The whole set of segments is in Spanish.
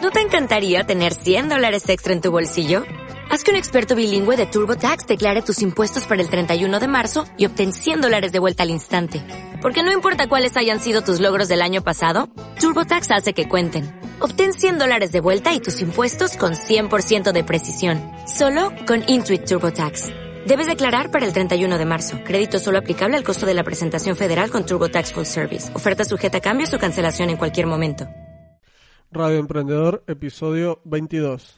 ¿No te encantaría tener $100 extra en tu bolsillo? Haz que un experto bilingüe de TurboTax declare tus impuestos para el 31 de marzo y obtén $100 de vuelta al instante. Porque no importa cuáles hayan sido tus logros del año pasado, TurboTax hace que cuenten. Obtén $100 de vuelta y tus impuestos con 100% de precisión. Solo con Intuit TurboTax. Debes declarar para el 31 de marzo. Crédito solo aplicable al costo de la presentación federal con TurboTax Full Service. Oferta sujeta a cambios o cancelación en cualquier momento. Radio Emprendedor, episodio 22.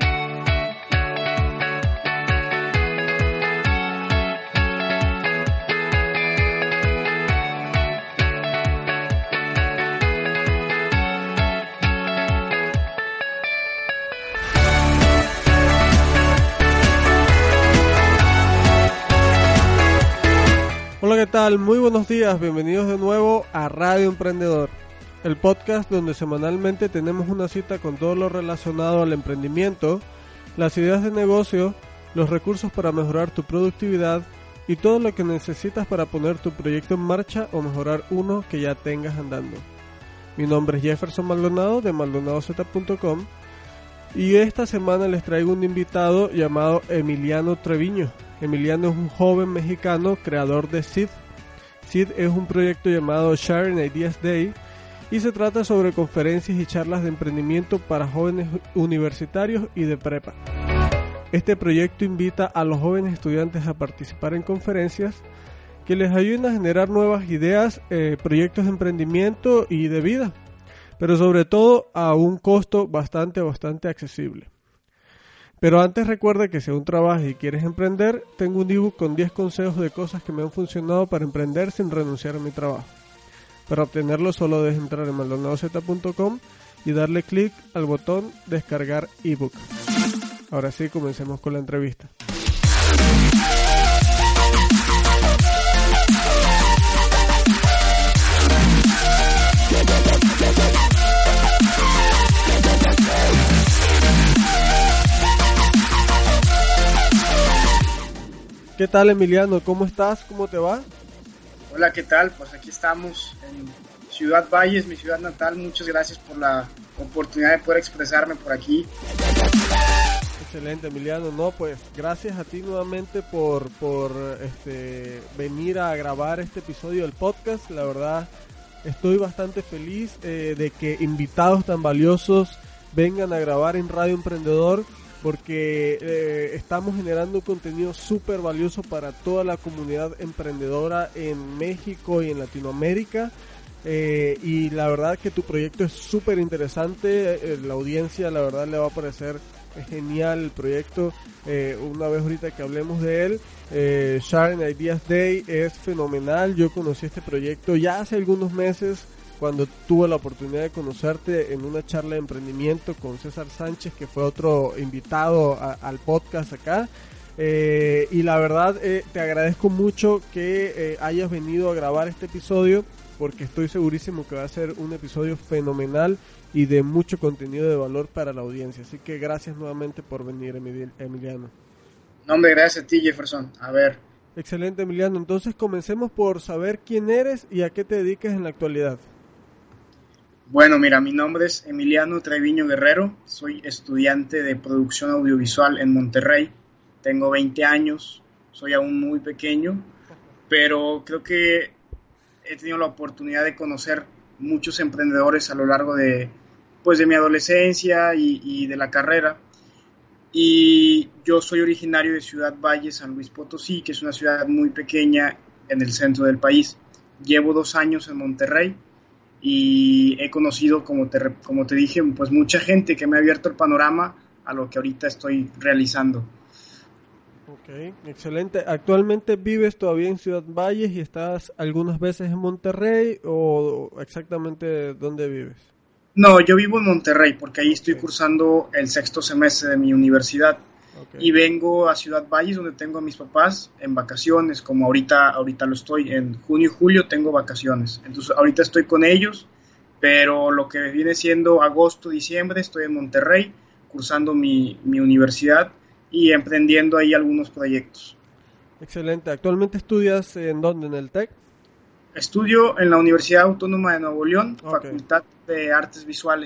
Hola, ¿qué tal? Muy buenos días, bienvenidos de nuevo a Radio Emprendedor, el podcast donde semanalmente tenemos una cita con todo lo relacionado al emprendimiento, las ideas de negocio, los recursos para mejorar tu productividad y todo lo que necesitas para poner tu proyecto en marcha o mejorar uno que ya tengas andando. Mi nombre es Jefferson Maldonado de MaldonadoZ.com y esta semana les traigo un invitado llamado Emiliano Treviño. Emiliano es un joven mexicano creador de Seed. Seed es un proyecto llamado Sharing Ideas Day y se trata sobre conferencias y charlas de emprendimiento para jóvenes universitarios y de prepa. Este proyecto invita a los jóvenes estudiantes a participar en conferencias que les ayuden a generar nuevas ideas, proyectos de emprendimiento y de vida, pero sobre todo a un costo bastante accesible. Pero antes recuerda que si aún trabajas y quieres emprender, tengo un ebook con 10 consejos de cosas que me han funcionado para emprender sin renunciar a mi trabajo. Para obtenerlo solo debes entrar en MaldonadoZ.com y darle clic al botón descargar ebook. Ahora sí, comencemos con la entrevista. ¿Qué tal, Emiliano? ¿Cómo estás? ¿Cómo te va? Hola, ¿qué tal? Pues aquí estamos en Ciudad Valles, mi ciudad natal. Muchas gracias por la oportunidad de poder expresarme por aquí. Excelente, Emiliano. No, pues gracias a ti nuevamente por venir a grabar este episodio del podcast. La verdad, estoy bastante feliz de que invitados tan valiosos vengan a grabar en Radio Emprendedor, porque estamos generando contenido súper valioso para toda la comunidad emprendedora en México y en Latinoamérica, y la verdad que tu proyecto es súper interesante. La audiencia la verdad le va a parecer genial el proyecto. Una vez ahorita que hablemos de él, Sharing Ideas Day es fenomenal. Yo conocí este proyecto ya hace algunos meses, cuando tuve la oportunidad de conocerte en una charla de emprendimiento con César Sánchez, que fue otro invitado al podcast acá, y la verdad te agradezco mucho que hayas venido a grabar este episodio, porque estoy segurísimo que va a ser un episodio fenomenal y de mucho contenido de valor para la audiencia, así que gracias nuevamente por venir, Emiliano. No, hombre, gracias a ti, Jefferson. A ver. Excelente, Emiliano. Entonces comencemos por saber quién eres y a qué te dedicas en la actualidad. Bueno, mira, mi nombre es Emiliano Treviño Guerrero, soy estudiante de producción audiovisual en Monterrey, tengo 20 años, soy aún muy pequeño, pero creo que he tenido la oportunidad de conocer muchos emprendedores a lo largo de mi adolescencia y de la carrera, y yo soy originario de Ciudad Valles, San Luis Potosí, que es una ciudad muy pequeña en el centro del país. Llevo 2 años en Monterrey y he conocido, como te dije, pues mucha gente que me ha abierto el panorama a lo que ahorita estoy realizando. Ok, excelente. ¿Actualmente vives todavía en Ciudad Valles y estás algunas veces en Monterrey, o exactamente dónde vives? No, yo vivo en Monterrey porque ahí estoy cursando el 6º semestre de mi universidad. Okay. Y vengo a Ciudad Valles, donde tengo a mis papás en vacaciones, como ahorita lo estoy, en junio y julio tengo vacaciones. Entonces ahorita estoy con ellos, pero lo que viene siendo agosto, diciembre, estoy en Monterrey cursando mi universidad y emprendiendo ahí algunos proyectos. Excelente. ¿Actualmente estudias en dónde? ¿En el TEC? Estudio en la Universidad Autónoma de Nuevo León, okay. Facultad de Artes Visuales.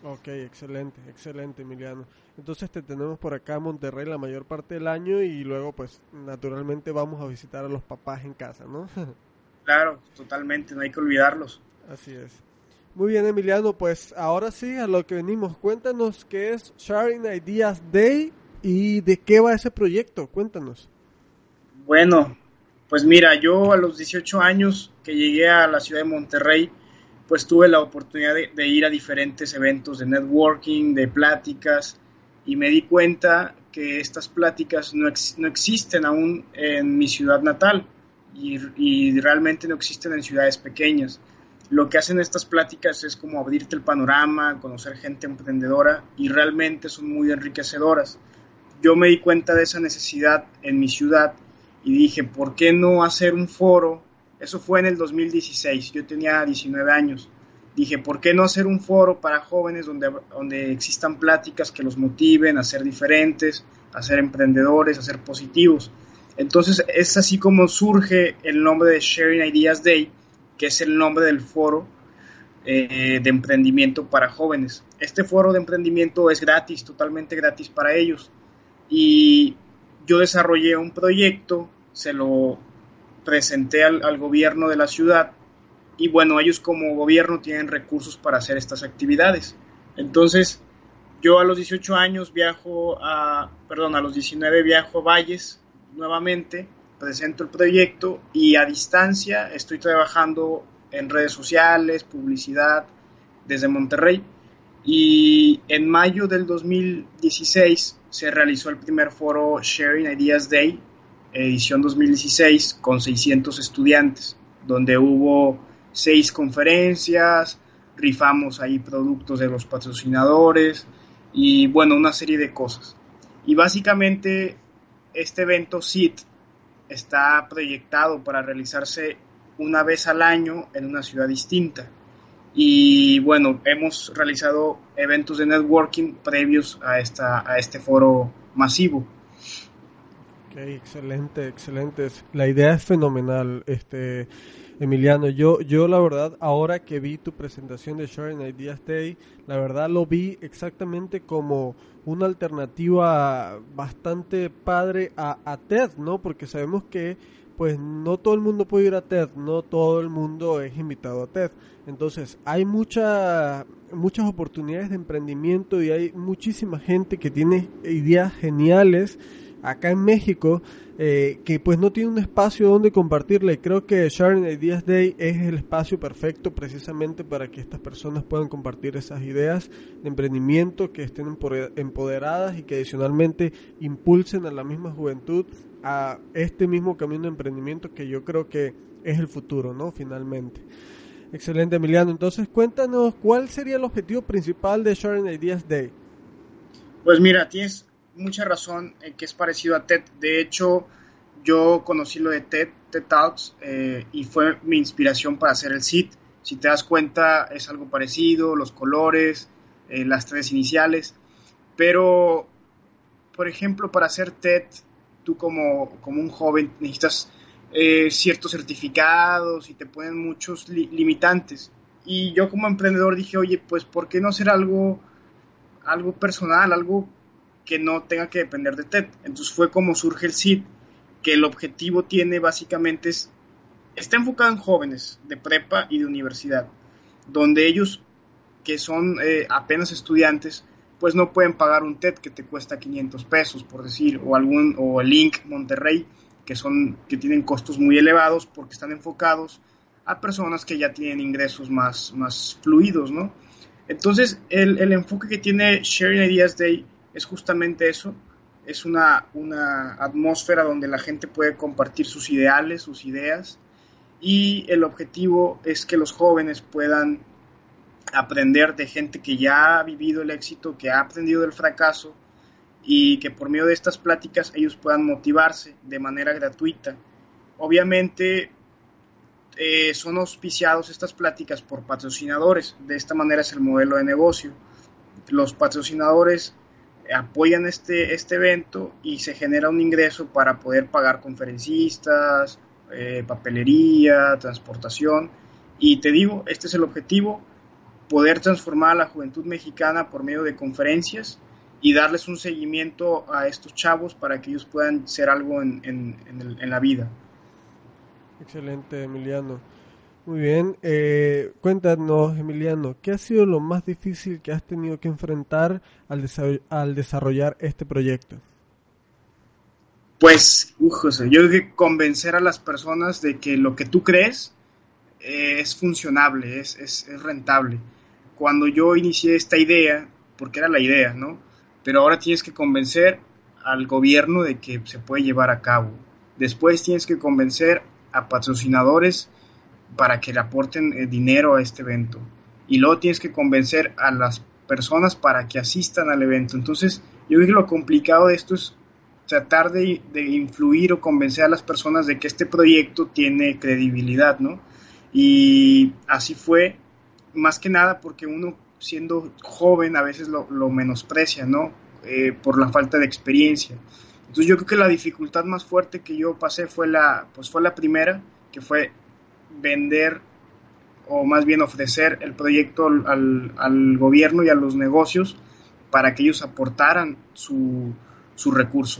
Ok, excelente, excelente, Emiliano. Entonces te tenemos por acá en Monterrey la mayor parte del año y luego pues naturalmente vamos a visitar a los papás en casa, ¿no? Claro, totalmente, no hay que olvidarlos. Así es. Muy bien, Emiliano, pues ahora sí a lo que venimos. Cuéntanos qué es Sharing Ideas Day y de qué va ese proyecto. Cuéntanos. Bueno, pues mira, yo a los 18 años que llegué a la ciudad de Monterrey, pues tuve la oportunidad de ir a diferentes eventos de networking, de pláticas, y me di cuenta que estas pláticas no existen aún en mi ciudad natal y realmente no existen en ciudades pequeñas. Lo que hacen estas pláticas es como abrirte el panorama, conocer gente emprendedora y realmente son muy enriquecedoras. Yo me di cuenta de esa necesidad en mi ciudad y dije, ¿por qué no hacer un foro? Eso fue en el 2016, yo tenía 19 años. Dije, ¿por qué no hacer un foro para jóvenes donde existan pláticas que los motiven a ser diferentes, a ser emprendedores, a ser positivos? Entonces es así como surge el nombre de Sharing Ideas Day, que es el nombre del foro de emprendimiento para jóvenes. Este foro de emprendimiento es gratis, totalmente gratis para ellos. Y yo desarrollé un proyecto, se lo presenté al gobierno de la ciudad y bueno, ellos como gobierno tienen recursos para hacer estas actividades. Entonces, yo a los 18 años a los 19 viajo a Valles nuevamente, presento el proyecto y a distancia estoy trabajando en redes sociales, publicidad desde Monterrey. Y en mayo del 2016 se realizó el primer foro Sharing Ideas Day, edición 2016, con 600 estudiantes, donde hubo 6 conferencias, rifamos ahí productos de los patrocinadores y bueno, una serie de cosas. Y básicamente este evento SIT está proyectado para realizarse una vez al año en una ciudad distinta. Y bueno, hemos realizado eventos de networking previos a este foro masivo. Ok, excelente, excelente. La idea es fenomenal, Emiliano. Yo la verdad, ahora que vi tu presentación de Sharing Ideas Day, la verdad lo vi exactamente como una alternativa bastante padre a TED, ¿no? Porque sabemos que pues no todo el mundo puede ir a TED, no todo el mundo es invitado a TED. Entonces hay muchas oportunidades de emprendimiento y hay muchísima gente que tiene ideas geniales acá en México, que pues no tiene un espacio donde compartirla, y creo que Sharing Ideas Day es el espacio perfecto precisamente para que estas personas puedan compartir esas ideas de emprendimiento, que estén empoderadas y que adicionalmente impulsen a la misma juventud a este mismo camino de emprendimiento que yo creo que es el futuro, ¿no? Finalmente. Excelente, Emiliano. Entonces cuéntanos, ¿cuál sería el objetivo principal de Sharing Ideas Day? Pues mira, tienes mucha razón en que es parecido a TED. De hecho, yo conocí lo de TED Talks, y fue mi inspiración para hacer el SIT. Si te das cuenta, es algo parecido, los colores, las 3 iniciales. Pero, por ejemplo, para hacer TED, tú como un joven necesitas ciertos certificados y te ponen muchos limitantes. Y yo como emprendedor dije, oye, pues ¿por qué no hacer algo personal, algo que no tenga que depender de TED? Entonces fue como surge el SID, que el objetivo tiene básicamente está enfocado en jóvenes de prepa y de universidad, donde ellos que son apenas estudiantes, pues no pueden pagar un TED que te cuesta 500 pesos, por decir, o el Link Monterrey, que tienen costos muy elevados porque están enfocados a personas que ya tienen ingresos más fluidos, ¿no? Entonces, el enfoque que tiene Sharing Ideas Day es justamente eso, es una atmósfera donde la gente puede compartir sus ideales, sus ideas, y el objetivo es que los jóvenes puedan aprender de gente que ya ha vivido el éxito, que ha aprendido del fracaso, y que por medio de estas pláticas ellos puedan motivarse de manera gratuita. Obviamente son auspiciados estas pláticas por patrocinadores, de esta manera es el modelo de negocio. Los patrocinadores apoyan este evento y se genera un ingreso para poder pagar conferencistas, papelería, transportación, y te digo, este es el objetivo. poder transformar a la juventud mexicana por medio de conferencias y darles un seguimiento a estos chavos para que ellos puedan ser algo en la vida. Excelente, Emiliano. Muy bien, cuéntanos, Emiliano, ¿qué ha sido lo más difícil que has tenido que enfrentar al desarrollar este proyecto? Pues, José, yo creo que convencer a las personas de que lo que tú crees es funcionable, es rentable. Cuando yo inicié esta idea, porque era la idea, ¿no? Pero ahora tienes que convencer al gobierno de que se puede llevar a cabo. Después tienes que convencer a patrocinadores para que le aporten dinero a este evento. Y luego tienes que convencer a las personas para que asistan al evento. Entonces, yo creo que lo complicado de esto es tratar de influir o convencer a las personas de que este proyecto tiene credibilidad, ¿no? Y así fue, más que nada porque uno siendo joven a veces lo menosprecia, ¿no? Por la falta de experiencia. Entonces yo creo que la dificultad más fuerte que yo pasé fue la primera, que fue vender o más bien ofrecer el proyecto al gobierno y a los negocios para que ellos aportaran su recurso.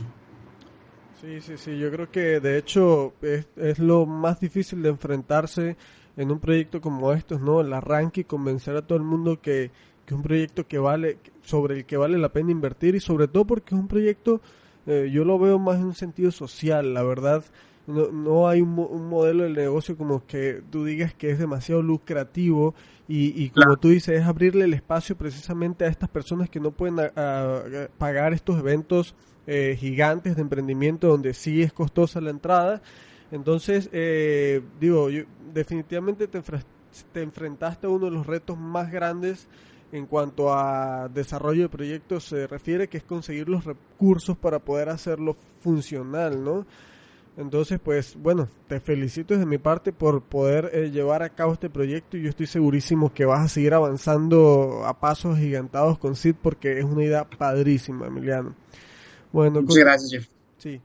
Sí, yo creo que de hecho es lo más difícil de enfrentarse en un proyecto como estos, ¿no? El arranque y convencer a todo el mundo que es un proyecto sobre el que vale la pena invertir y sobre todo porque es un proyecto, yo lo veo más en un sentido social, la verdad. No hay un modelo de negocio como que tú digas que es demasiado lucrativo y como tú dices, es abrirle el espacio precisamente a estas personas que no pueden pagar estos eventos gigantes de emprendimiento donde sí es costosa la entrada. Entonces, definitivamente te enfrentaste a uno de los retos más grandes en cuanto a desarrollo de proyectos se refiere, que es conseguir los recursos para poder hacerlo funcional, ¿no? Entonces, pues, bueno, te felicito desde mi parte por poder llevar a cabo este proyecto y yo estoy segurísimo que vas a seguir avanzando a pasos agigantados con Sid porque es una idea padrísima, Emiliano. Bueno, muchas gracias, Jeff. Sí.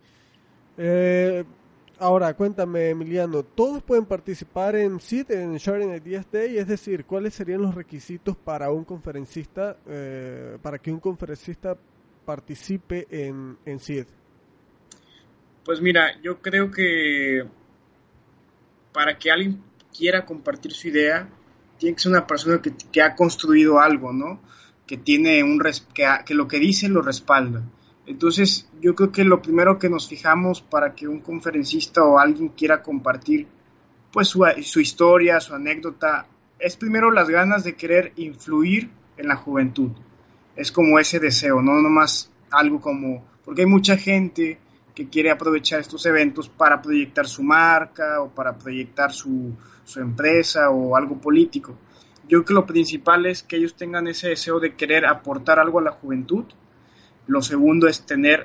Ahora, cuéntame, Emiliano, ¿todos pueden participar en Sid, en Sharing Ideas Day? Es decir, ¿cuáles serían los requisitos para un conferencista, para que un conferencista participe en Sid? Pues mira, yo creo que para que alguien quiera compartir su idea, tiene que ser una persona que ha construido algo, ¿no? Que tiene que lo que dice lo respalda. Entonces, yo creo que lo primero que nos fijamos para que un conferencista o alguien quiera compartir pues su historia, su anécdota, es primero las ganas de querer influir en la juventud. Es como ese deseo, no nomás algo como, porque hay mucha gente que quiere aprovechar estos eventos para proyectar su marca o para proyectar su empresa o algo político. Yo creo que lo principal es que ellos tengan ese deseo de querer aportar algo a la juventud. Lo segundo es tener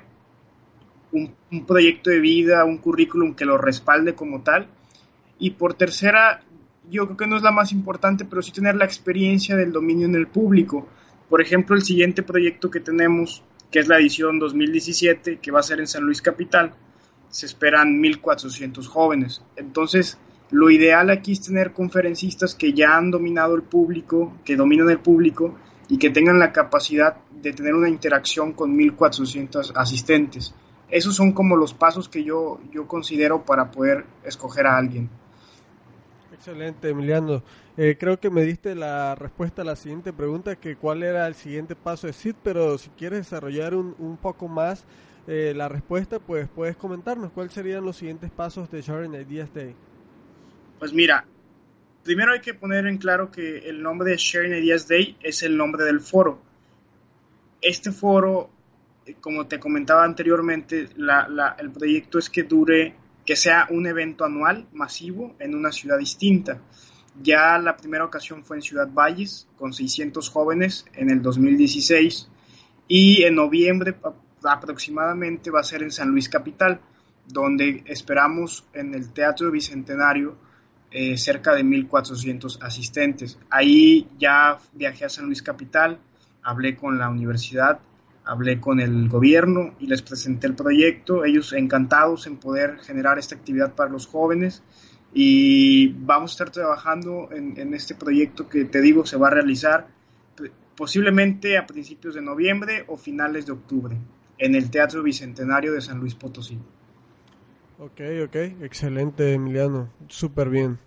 un proyecto de vida, un currículum que lo respalde como tal. Y por tercera, yo creo que no es la más importante, pero sí tener la experiencia del dominio en el público. Por ejemplo, el siguiente proyecto que tenemos, que es la edición 2017, que va a ser en San Luis Capital, se esperan 1,400 jóvenes. Entonces, lo ideal aquí es tener conferencistas que ya han dominado el público, que dominan el público y que tengan la capacidad de tener una interacción con 1,400 asistentes. Esos son como los pasos que yo considero para poder escoger a alguien. Excelente, Emiliano. Creo que me diste la respuesta a la siguiente pregunta, que cuál era el siguiente paso de Sid, pero si quieres desarrollar un poco más la respuesta, pues puedes comentarnos cuáles serían los siguientes pasos de Sharing Ideas Day. Pues mira, primero hay que poner en claro que el nombre de Sharing Ideas Day es el nombre del foro. Este foro, como te comentaba anteriormente, el proyecto es que sea un evento anual masivo en una ciudad distinta. Ya la primera ocasión fue en Ciudad Valles, con 600 jóvenes en el 2016, y en noviembre aproximadamente va a ser en San Luis Capital, donde esperamos en el Teatro Bicentenario cerca de 1,400 asistentes. Ahí ya viajé a San Luis Capital, hablé con la universidad, hablé con el gobierno y les presenté el proyecto. Ellos encantados en poder generar esta actividad para los jóvenes y vamos a estar trabajando en este proyecto que te digo se va a realizar posiblemente a principios de noviembre o finales de octubre en el Teatro Bicentenario de San Luis Potosí. Ok, excelente, Emiliano, súper bien.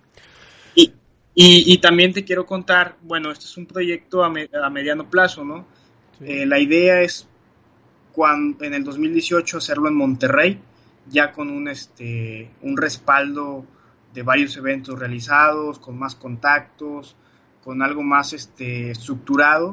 Y también te quiero contar, bueno, este es un proyecto a mediano plazo, ¿no? Sí. La idea es en el 2018 hacerlo en Monterrey, ya con un respaldo de varios eventos realizados, con más contactos, con algo más estructurado,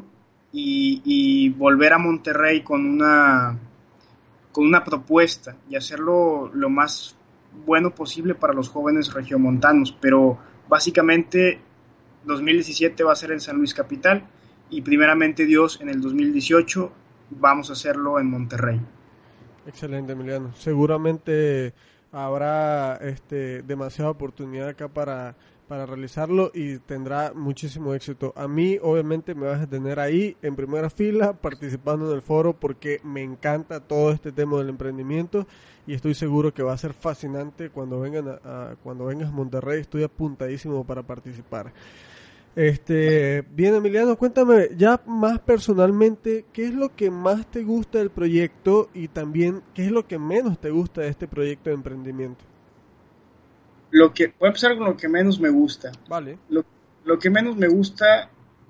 y volver a Monterrey con una propuesta y hacerlo lo más bueno posible para los jóvenes regiomontanos, pero básicamente 2017 va a ser en San Luis Capital y primeramente Dios en el 2018 vamos a hacerlo en Monterrey. Excelente, Emiliano. Seguramente habrá demasiada oportunidad acá para realizarlo y tendrá muchísimo éxito. A mí obviamente me vas a tener ahí en primera fila participando en el foro porque me encanta todo este tema del emprendimiento y estoy seguro que va a ser fascinante cuando vengas a Monterrey. Estoy apuntadísimo para participar. Bien, Emiliano, cuéntame ya más personalmente, ¿qué es lo que más te gusta del proyecto y también qué es lo que menos te gusta de este proyecto de emprendimiento? Voy a empezar con lo que menos me gusta. Vale. Lo que menos me gusta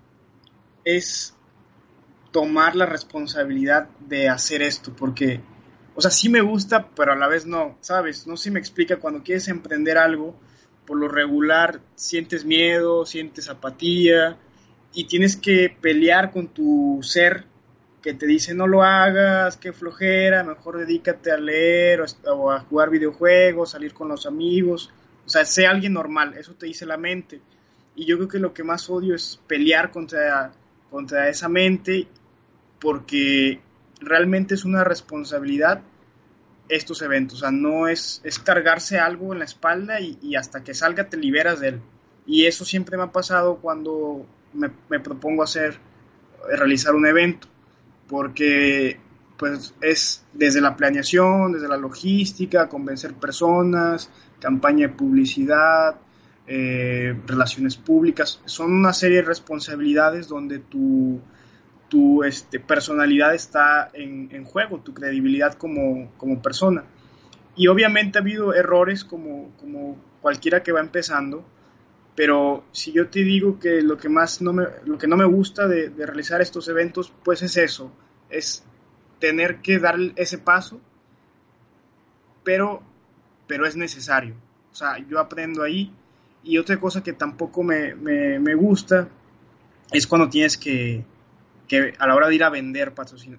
es tomar la responsabilidad de hacer esto, porque, o sea, sí me gusta, pero a la vez no, ¿sabes? No sé si me explica, cuando quieres emprender algo, por lo regular sientes miedo, sientes apatía y tienes que pelear con tu ser que te dice no lo hagas, qué flojera, mejor dedícate a leer o a jugar videojuegos, salir con los amigos, o sea, sé alguien normal, eso te dice la mente. Y yo creo que lo que más odio es pelear contra esa mente, porque realmente es una responsabilidad estos eventos, o sea, no es cargarse algo en la espalda y hasta que salga te liberas de él. Y eso siempre me ha pasado cuando me propongo realizar un evento, porque pues es desde la planeación, desde la logística, convencer personas, campaña de publicidad, relaciones públicas, son una serie de responsabilidades donde tu personalidad está en juego, tu credibilidad como persona. Y obviamente ha habido errores como cualquiera que va empezando, pero si yo te digo que lo que no me gusta de realizar estos eventos, pues es eso, es tener que dar ese paso, pero es necesario. O sea, yo aprendo ahí. Y otra cosa que tampoco me gusta es cuando tienes que a la hora de ir a vender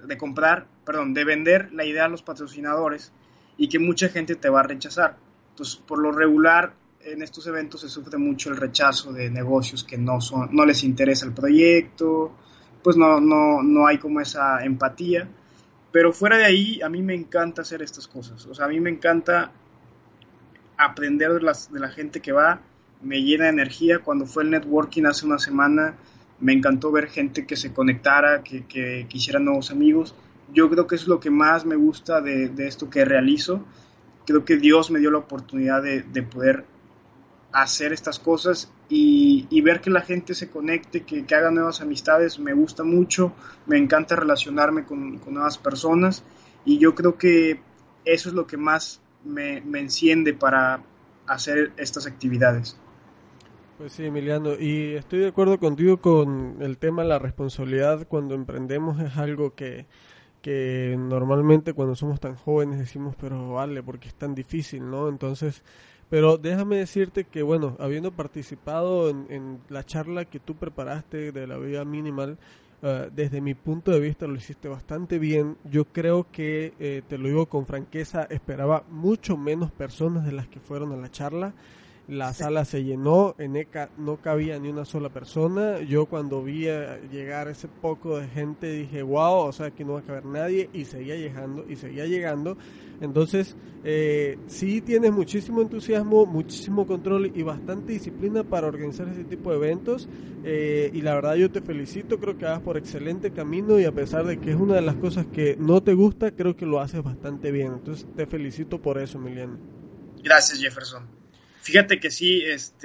de vender la idea a los patrocinadores y que mucha gente te va a rechazar. Entonces, por lo regular, en estos eventos se sufre mucho el rechazo de negocios que no les interesa el proyecto, pues no hay como esa empatía. Pero fuera de ahí, a mí me encanta hacer estas cosas. O sea, a mí me encanta aprender de la gente que va, me llena de energía. Cuando fue el networking hace una semana, me encantó ver gente que se conectara, que hiciera nuevos amigos. Yo creo que es lo que más me gusta de esto que realizo. Creo que Dios me dio la oportunidad de poder hacer estas cosas y ver que la gente se conecte, que haga nuevas amistades. Me gusta mucho, me encanta relacionarme con nuevas personas y yo creo que eso es lo que más me enciende para hacer estas actividades. Pues sí, Emiliano, y estoy de acuerdo contigo con el tema de la responsabilidad cuando emprendemos. Es algo que normalmente cuando somos tan jóvenes decimos, pero vale, porque es tan difícil, ¿no? Entonces, pero déjame decirte que, bueno, habiendo participado en la charla que tú preparaste de la vida minimal, desde mi punto de vista lo hiciste bastante bien. Yo creo que, te lo digo con franqueza, esperaba mucho menos personas de las que fueron a la charla. La sala se llenó, en ECA no cabía ni una sola persona. Yo cuando vi llegar ese poco de gente dije, wow, o sea, aquí no va a caber nadie, y seguía llegando. Entonces, sí tienes muchísimo entusiasmo, muchísimo control y bastante disciplina para organizar ese tipo de eventos, y la verdad yo te felicito, creo que vas por excelente camino y a pesar de que es una de las cosas que no te gusta, creo que lo haces bastante bien. Entonces te felicito por eso, Emiliano. Gracias, Jefferson. Fíjate que sí,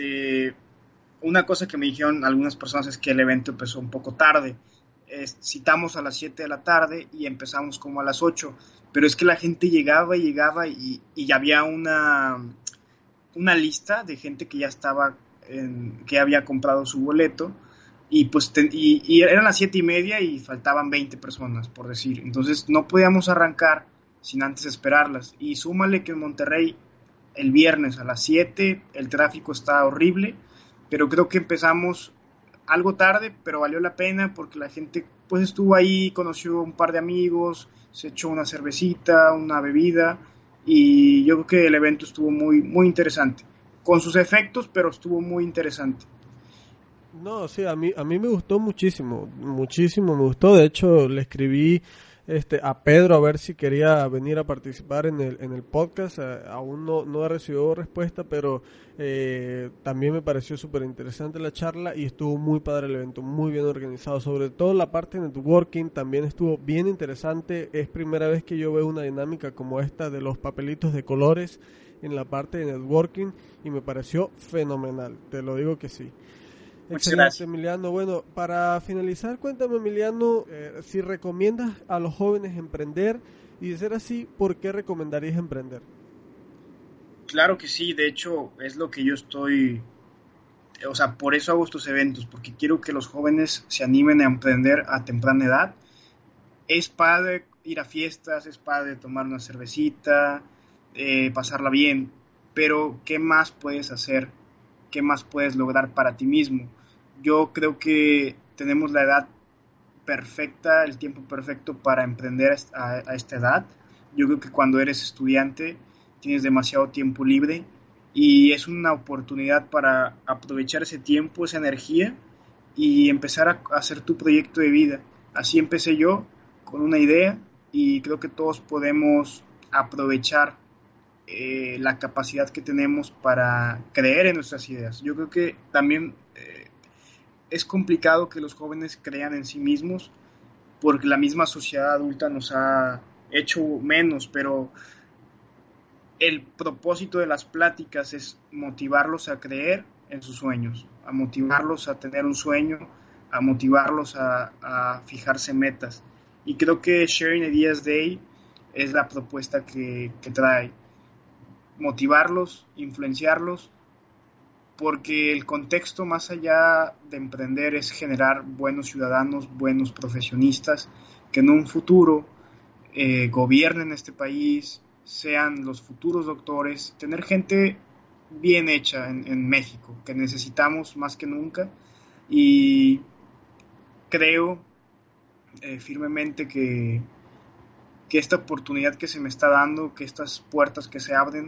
una cosa que me dijeron algunas personas es que el evento empezó un poco tarde. Citamos a las 7 de la tarde y empezamos como a las 8, pero es que la gente llegaba y ya había una lista de gente que ya estaba, que había comprado su boleto, y pues y eran las 7:30 y faltaban 20 personas, por decir. Entonces no podíamos arrancar sin antes esperarlas. Y súmale que en Monterrey el viernes a las 7 el tráfico está horrible, pero creo que empezamos algo tarde, pero valió la pena porque la gente pues estuvo ahí, conoció un par de amigos, se echó una cervecita, una bebida, y yo creo que el evento estuvo muy, muy interesante, con sus efectos, pero estuvo muy interesante. No, sí, a mí me gustó muchísimo, muchísimo me gustó. De hecho, le escribí a Pedro a ver si quería venir a participar en el podcast. Aún no he recibido respuesta, pero también me pareció súper interesante la charla y estuvo muy padre el evento, muy bien organizado. Sobre todo la parte de networking también estuvo bien interesante. Es primera vez que yo veo una dinámica como esta de los papelitos de colores en la parte de networking y me pareció fenomenal, te lo digo que sí. Muchas Excelente, gracias. Emiliano. Bueno, para finalizar, cuéntame, Emiliano, si recomiendas a los jóvenes emprender y de ser así, ¿por qué recomendarías emprender? Claro que sí, de hecho es lo que yo estoy, o sea, por eso hago estos eventos, porque quiero que los jóvenes se animen a emprender a temprana edad. Es padre ir a fiestas, es padre tomar una cervecita, pasarla bien, pero ¿qué más puedes hacer? ¿Qué más puedes lograr para ti mismo? Yo creo que tenemos la edad perfecta, el tiempo perfecto para emprender a esta edad. Yo creo que cuando eres estudiante tienes demasiado tiempo libre y es una oportunidad para aprovechar ese tiempo, esa energía y empezar a hacer tu proyecto de vida. Así empecé yo con una idea y creo que todos podemos aprovechar la capacidad que tenemos para creer en nuestras ideas. Yo creo que también es complicado que los jóvenes crean en sí mismos porque la misma sociedad adulta nos ha hecho menos, pero el propósito de las pláticas es motivarlos a creer en sus sueños, a motivarlos a tener un sueño, a motivarlos a fijarse metas. Y creo que Sharing Ideas Day es la propuesta que trae. Motivarlos, influenciarlos, porque el contexto más allá de emprender es generar buenos ciudadanos, buenos profesionistas, que en un futuro gobiernen este país, sean los futuros doctores, tener gente bien hecha en México, que necesitamos más que nunca, y creo firmemente que esta oportunidad que se me está dando, que estas puertas que se abren,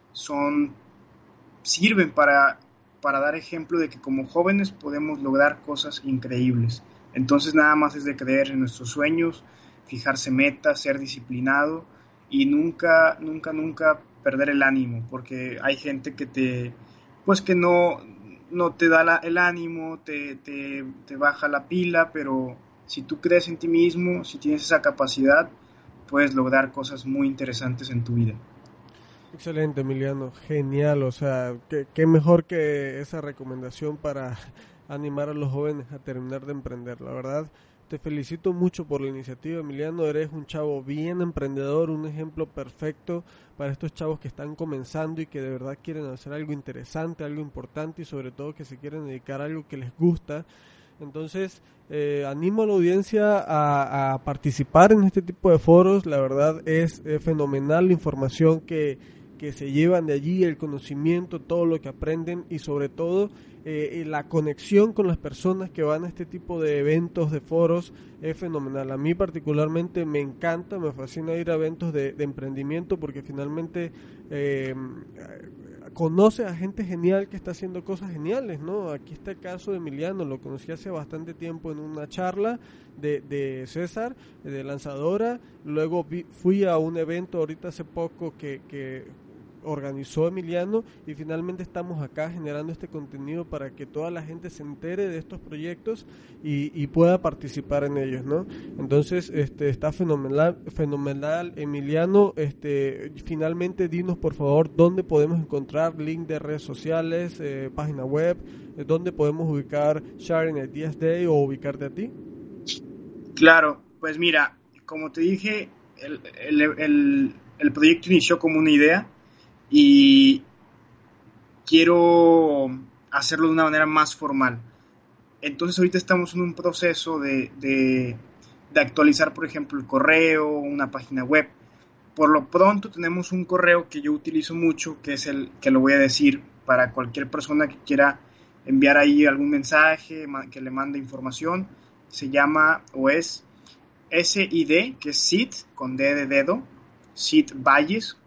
sirven para dar ejemplo de que como jóvenes podemos lograr cosas increíbles. Entonces nada más es de creer en nuestros sueños, fijarse metas, ser disciplinado y nunca perder el ánimo, porque hay gente que que no te da el ánimo, te baja la pila, pero si tú crees en ti mismo, si tienes esa capacidad, puedes lograr cosas muy interesantes en tu vida. Excelente, Emiliano, genial, o sea, qué mejor que esa recomendación para animar a los jóvenes a terminar de emprender. La verdad, te felicito mucho por la iniciativa, Emiliano, eres un chavo bien emprendedor, un ejemplo perfecto para estos chavos que están comenzando y que de verdad quieren hacer algo interesante, algo importante y sobre todo que se quieren dedicar a algo que les gusta. Entonces, animo a la audiencia a participar en este tipo de foros. La verdad es fenomenal la información que se llevan de allí, el conocimiento, todo lo que aprenden y sobre todo la conexión con las personas que van a este tipo de eventos, de foros, es fenomenal. A mí particularmente me encanta, me fascina ir a eventos de emprendimiento porque finalmente conoce a gente genial que está haciendo cosas geniales, ¿no? Aquí está el caso de Emiliano, lo conocí hace bastante tiempo en una charla de César, de Lanzadora, luego fui a un evento ahorita hace poco que organizó Emiliano, y finalmente estamos acá generando este contenido para que toda la gente se entere de estos proyectos y pueda participar en ellos, ¿no? Entonces, está fenomenal, Emiliano. Finalmente dinos por favor dónde podemos encontrar link de redes sociales, página web, dónde podemos ubicar Sharing Ideas Day o ubicarte a ti. Claro, pues mira, como te dije, el proyecto inició como una idea y quiero hacerlo de una manera más formal. Entonces ahorita estamos en un proceso de actualizar, por ejemplo, el correo, una página web. Por lo pronto tenemos un correo que yo utilizo mucho, que es el que lo voy a decir para cualquier persona que quiera enviar ahí algún mensaje, que le mande información. Se llama o es SID, que es Sid, con D de dedo, sidvalles,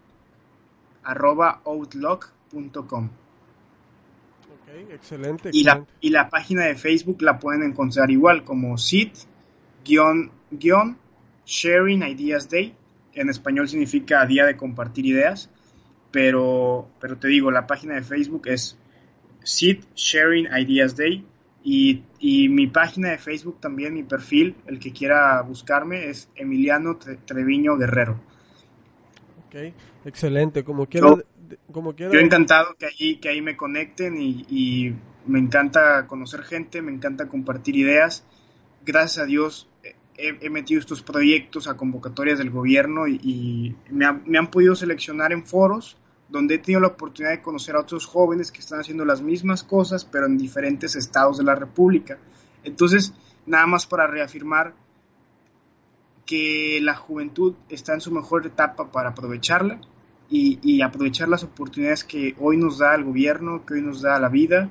@outlook.com. Okay, excelente. Y la página de Facebook la pueden encontrar igual como Sid-Sharing Ideas Day. En español significa Día de Compartir Ideas, pero te digo, la página de Facebook es Sid Sharing Ideas Day, y mi página de Facebook también, mi perfil, el que quiera buscarme, es Emiliano Treviño Guerrero. Ok, excelente, como quiera. Yo encantado que ahí me conecten, y me encanta conocer gente, me encanta compartir ideas. Gracias a Dios he metido estos proyectos a convocatorias del gobierno y me han podido seleccionar en foros donde he tenido la oportunidad de conocer a otros jóvenes que están haciendo las mismas cosas, pero en diferentes estados de la República. Entonces, nada más para reafirmar que la juventud está en su mejor etapa para aprovecharla y aprovechar las oportunidades que hoy nos da el gobierno, que hoy nos da la vida,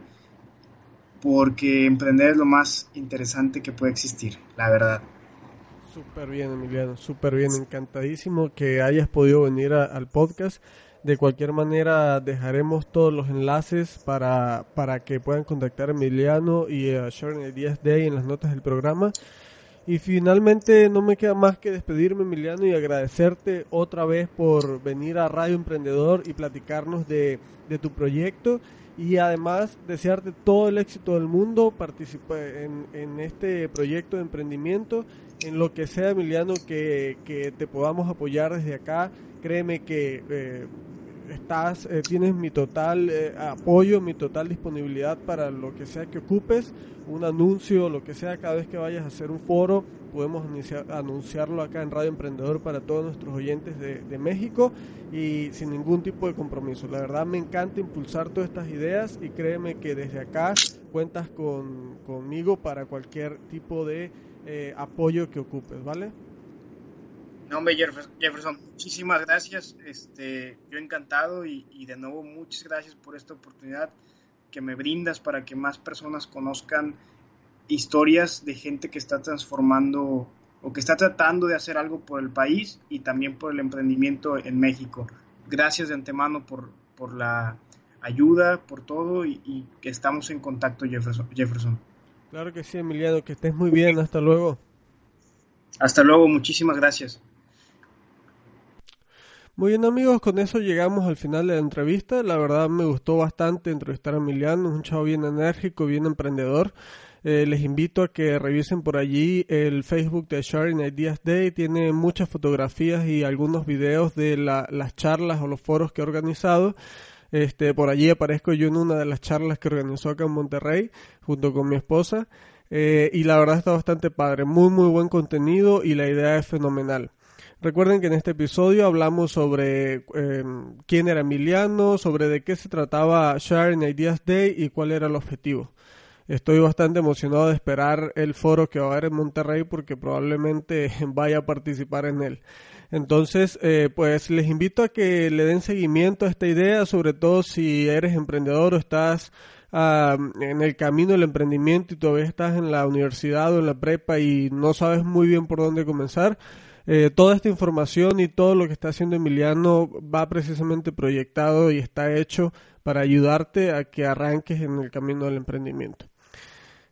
porque emprender es lo más interesante que puede existir, la verdad. Súper bien, Emiliano, súper bien, encantadísimo que hayas podido venir al podcast. De cualquier manera dejaremos todos los enlaces para que puedan contactar a Emiliano y a Sharing Ideas Day en las notas del programa. Y finalmente no me queda más que despedirme, Emiliano, y agradecerte otra vez por venir a Radio Emprendedor y platicarnos de tu proyecto, y además desearte todo el éxito del mundo. Participa en este proyecto de emprendimiento, en lo que sea, Emiliano, que te podamos apoyar desde acá. Créeme que tienes mi total apoyo, mi total disponibilidad para lo que sea que ocupes, un anuncio, lo que sea. Cada vez que vayas a hacer un foro, podemos anunciarlo acá en Radio Emprendedor para todos nuestros oyentes de México, y sin ningún tipo de compromiso. La verdad me encanta impulsar todas estas ideas, y créeme que desde acá cuentas conmigo para cualquier tipo de apoyo que ocupes, ¿vale? No, hombre, Jefferson, muchísimas gracias. Yo encantado, y de nuevo muchas gracias por esta oportunidad que me brindas para que más personas conozcan historias de gente que está transformando o que está tratando de hacer algo por el país y también por el emprendimiento en México. Gracias de antemano por la ayuda, por todo, y que estamos en contacto, Jefferson. Claro que sí, Emiliano, que estés muy bien. Hasta luego. Hasta luego, muchísimas gracias. Muy bien, amigos, con eso llegamos al final de la entrevista. La verdad me gustó bastante entrevistar a Emiliano, es un chavo bien enérgico, bien emprendedor. Les invito a que revisen por allí el Facebook de Sharing Ideas Day. Tiene muchas fotografías y algunos videos de las charlas o los foros que ha organizado. Por allí aparezco yo en una de las charlas que organizó acá en Monterrey junto con mi esposa. Y la verdad está bastante padre, muy muy buen contenido, y la idea es fenomenal. Recuerden que en este episodio hablamos sobre quién era Emiliano, sobre de qué se trataba Sharing Ideas Day y cuál era el objetivo. Estoy bastante emocionado de esperar el foro que va a haber en Monterrey, porque probablemente vaya a participar en él. Entonces, pues les invito a que le den seguimiento a esta idea, sobre todo si eres emprendedor o estás en el camino del emprendimiento y todavía estás en la universidad o en la prepa y no sabes muy bien por dónde comenzar. Toda esta información y todo lo que está haciendo Emiliano va precisamente proyectado y está hecho para ayudarte a que arranques en el camino del emprendimiento.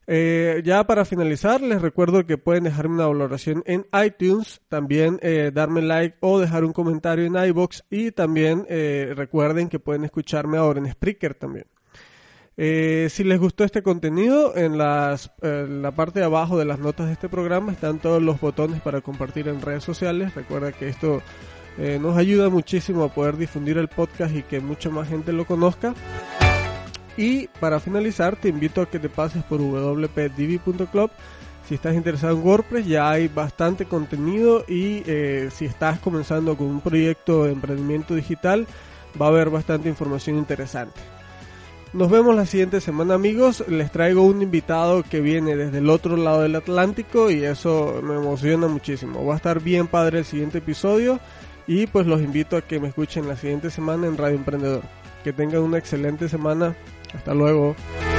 Ya para finalizar, les recuerdo que pueden dejarme una valoración en iTunes, también darme like o dejar un comentario en iVoox, y también recuerden que pueden escucharme ahora en Spreaker también. Si les gustó este contenido, en la parte de abajo de las notas de este programa están todos los botones para compartir en redes sociales. Recuerda que esto nos ayuda muchísimo a poder difundir el podcast y que mucha más gente lo conozca. Y para finalizar, te invito a que te pases por wpdivi.club. Si estás interesado en WordPress, ya hay bastante contenido, y si estás comenzando con un proyecto de emprendimiento digital, va a haber bastante información interesante. Nos vemos la siguiente semana, amigos. Les traigo un invitado que viene desde el otro lado del Atlántico y eso me emociona muchísimo. Va a estar bien padre el siguiente episodio, y pues los invito a que me escuchen la siguiente semana en Radio Emprendedor. Que tengan una excelente semana. Hasta luego.